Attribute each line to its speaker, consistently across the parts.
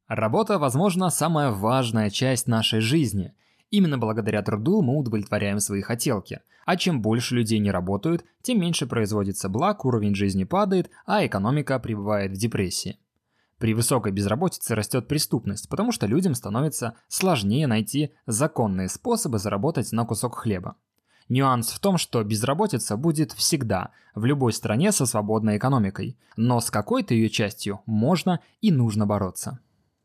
Speaker 1: Работа, возможно, самая важная часть нашей жизни. Именно благодаря труду мы удовлетворяем свои хотелки. А чем больше людей не работают, тем меньше производится благ, уровень жизни падает, а экономика пребывает в депрессии. При высокой безработице растет преступность, потому что людям становится сложнее найти законные способы заработать на кусок хлеба. Нюанс в том, что безработица будет всегда, в любой стране со свободной экономикой, но с какой-то ее частью можно и нужно бороться.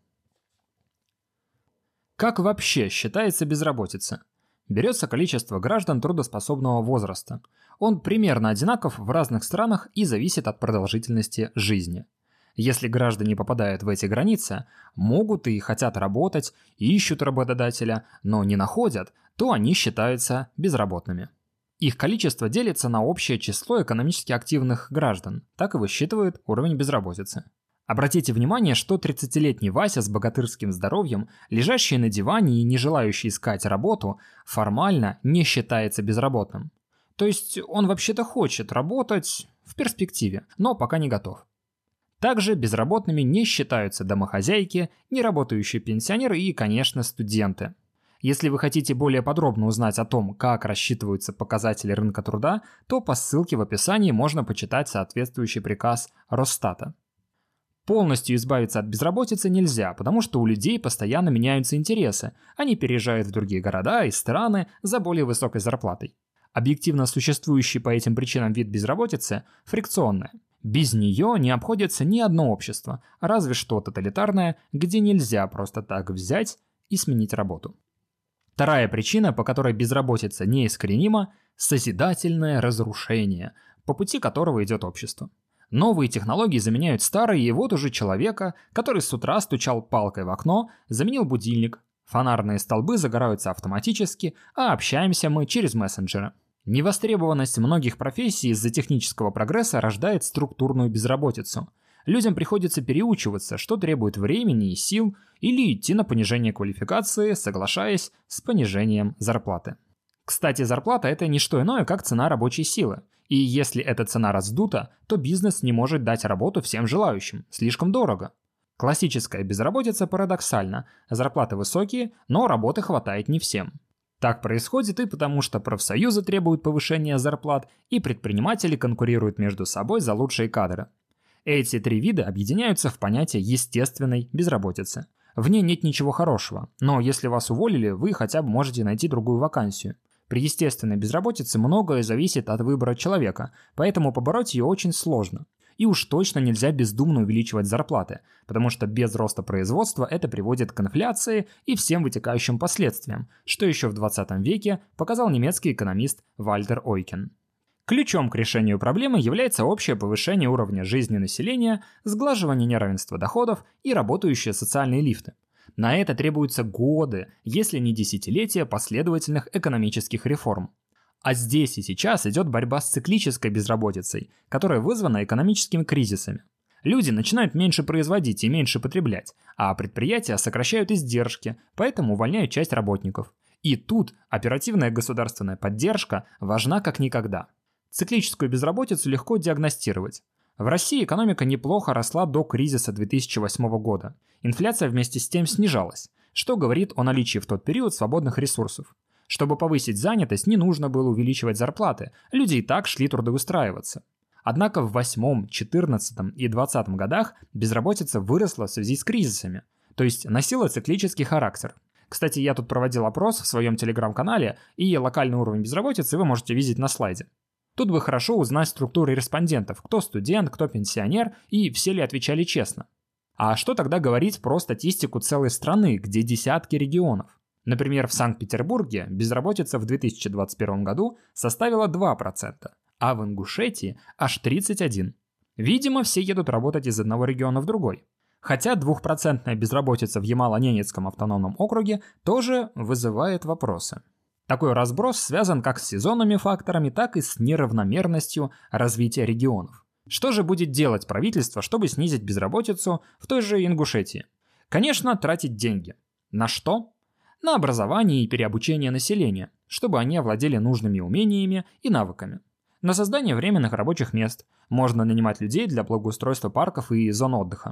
Speaker 1: Как вообще считается безработица? Берется количество граждан трудоспособного возраста. Он примерно одинаков в разных странах и зависит от продолжительности жизни. Если граждане попадают в эти границы, могут и хотят работать, ищут работодателя, но не находят, то они считаются безработными. Их количество делится на общее число экономически активных граждан, так и высчитывают уровень безработицы. Обратите внимание, что 30-летний Вася с богатырским здоровьем, лежащий на диване и не желающий искать работу, формально не считается безработным. То есть он вообще-то хочет работать в перспективе, но пока не готов. Также безработными не считаются домохозяйки, неработающие пенсионеры и, конечно, студенты. Если вы хотите более подробно узнать о том, как рассчитываются показатели рынка труда, то по ссылке в описании можно почитать соответствующий приказ Росстата. Полностью избавиться от безработицы нельзя, потому что у людей постоянно меняются интересы, они переезжают в другие города и страны за более высокой зарплатой. Объективно существующий по этим причинам вид безработицы – фрикционная. Без нее не обходится ни одно общество, разве что тоталитарное, где нельзя просто так взять и сменить работу. Вторая причина, по которой безработица неискоренима – созидательное разрушение, по пути которого идет общество. Новые технологии заменяют старые, и вот уже человека, который с утра стучал палкой в окно, заменил будильник. Фонарные столбы загораются автоматически, а общаемся мы через мессенджеры. Невостребованность многих профессий из-за технического прогресса рождает структурную безработицу. Людям приходится переучиваться, что требует времени и сил, или идти на понижение квалификации, соглашаясь с понижением зарплаты. Кстати, зарплата – это не что иное, как цена рабочей силы. И если эта цена раздута, то бизнес не может дать работу всем желающим, слишком дорого. Классическая безработица парадоксальна, зарплаты высокие, но работы хватает не всем. Так происходит и потому, что профсоюзы требуют повышения зарплат, и предприниматели конкурируют между собой за лучшие кадры. Эти три вида объединяются в понятие естественной безработицы. В ней нет ничего хорошего, но если вас уволили, вы хотя бы можете найти другую вакансию. При естественной безработице многое зависит от выбора человека, поэтому побороть ее очень сложно. И уж точно нельзя бездумно увеличивать зарплаты, потому что без роста производства это приводит к инфляции и всем вытекающим последствиям, что еще в 20 веке показал немецкий экономист Вальтер Ойкен. Ключом к решению проблемы является общее повышение уровня жизни населения, сглаживание неравенства доходов и работающие социальные лифты. На это требуются годы, если не десятилетия последовательных экономических реформ. А здесь и сейчас идет борьба с циклической безработицей, которая вызвана экономическими кризисами. Люди начинают меньше производить и меньше потреблять, а предприятия сокращают издержки, поэтому увольняют часть работников. И тут оперативная государственная поддержка важна как никогда. Циклическую безработицу легко диагностировать. В России экономика неплохо росла до кризиса 2008 года. Инфляция вместе с тем снижалась, что говорит о наличии в тот период свободных ресурсов. Чтобы повысить занятость, не нужно было увеличивать зарплаты, люди и так шли трудоустраиваться. Однако в 2008, 2014 и 2020 годах безработица выросла в связи с кризисами, то есть носила циклический характер. Кстати, я тут проводил опрос в своем телеграм-канале, и локальный уровень безработицы вы можете видеть на слайде. Тут бы хорошо узнать структуры респондентов, кто студент, кто пенсионер, и все ли отвечали честно. А что тогда говорить про статистику целой страны, где десятки регионов? Например, в Санкт-Петербурге безработица в 2021 году составила 2%, а в Ингушетии аж 31%. Видимо, все едут работать из одного региона в другой. Хотя 2% безработица в Ямало-Ненецком автономном округе тоже вызывает вопросы. Такой разброс связан как с сезонными факторами, так и с неравномерностью развития регионов. Что же будет делать правительство, чтобы снизить безработицу в той же Ингушетии? Конечно, тратить деньги. На что? На образование и переобучение населения, чтобы они овладели нужными умениями и навыками. На создание временных рабочих мест. Можно нанимать людей для благоустройства парков и зон отдыха.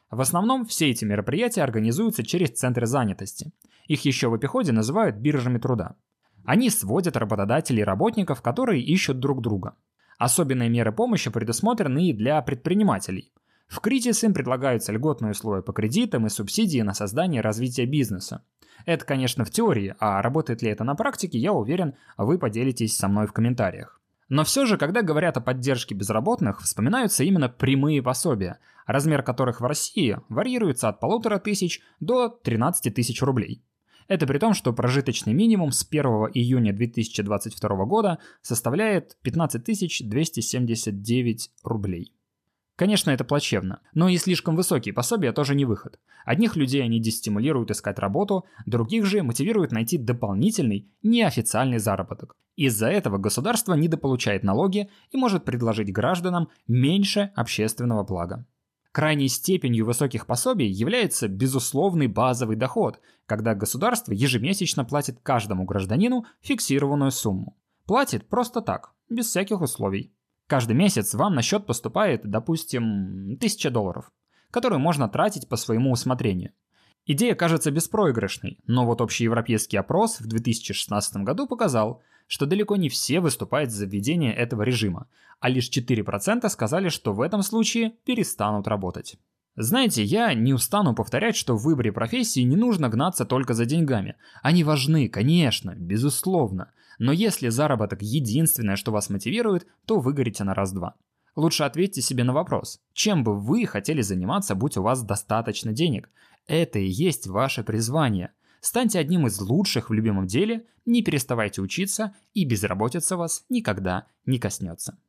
Speaker 1: В основном все эти мероприятия организуются через центры занятости. Их еще в обиходе называют биржами труда. Они сводят работодателей и работников, которые ищут друг друга. Особенные меры помощи предусмотрены и для предпринимателей. В кризис им предлагаются льготные условия по кредитам и субсидии на создание и развитие бизнеса. Это, конечно, в теории, а работает ли это на практике, я уверен, вы поделитесь со мной в комментариях. Но все же, когда говорят о поддержке безработных, вспоминаются именно прямые пособия, размер которых в России варьируется от 1500 до 13 тысяч рублей. Это при том, что прожиточный минимум с 1 июня 2022 года составляет 15 279 рублей. Конечно, это плачевно, но и слишком высокие пособия тоже не выход. Одних людей они дестимулируют искать работу, других же мотивируют найти дополнительный, неофициальный заработок. Из-за этого государство недополучает налоги и может предложить гражданам меньше общественного блага. Крайней степенью высоких пособий является безусловный базовый доход, когда государство ежемесячно платит каждому гражданину фиксированную сумму. Платит просто так, без всяких условий. Каждый месяц вам на счет поступает, допустим, $1000, которые можно тратить по своему усмотрению. Идея кажется беспроигрышной, но вот общеевропейский опрос в 2016 году показал, что далеко не все выступают за введение этого режима, а лишь 4% сказали, что в этом случае перестанут работать. Знаете, я не устану повторять, что в выборе профессии не нужно гнаться только за деньгами. Они важны, конечно, безусловно. Но если заработок единственное, что вас мотивирует, то выгорите на раз-два. Лучше ответьте себе на вопрос, чем бы вы хотели заниматься, будь у вас достаточно денег. Это и есть ваше призвание. Станьте одним из лучших в любимом деле, не переставайте учиться, и безработица вас никогда не коснется.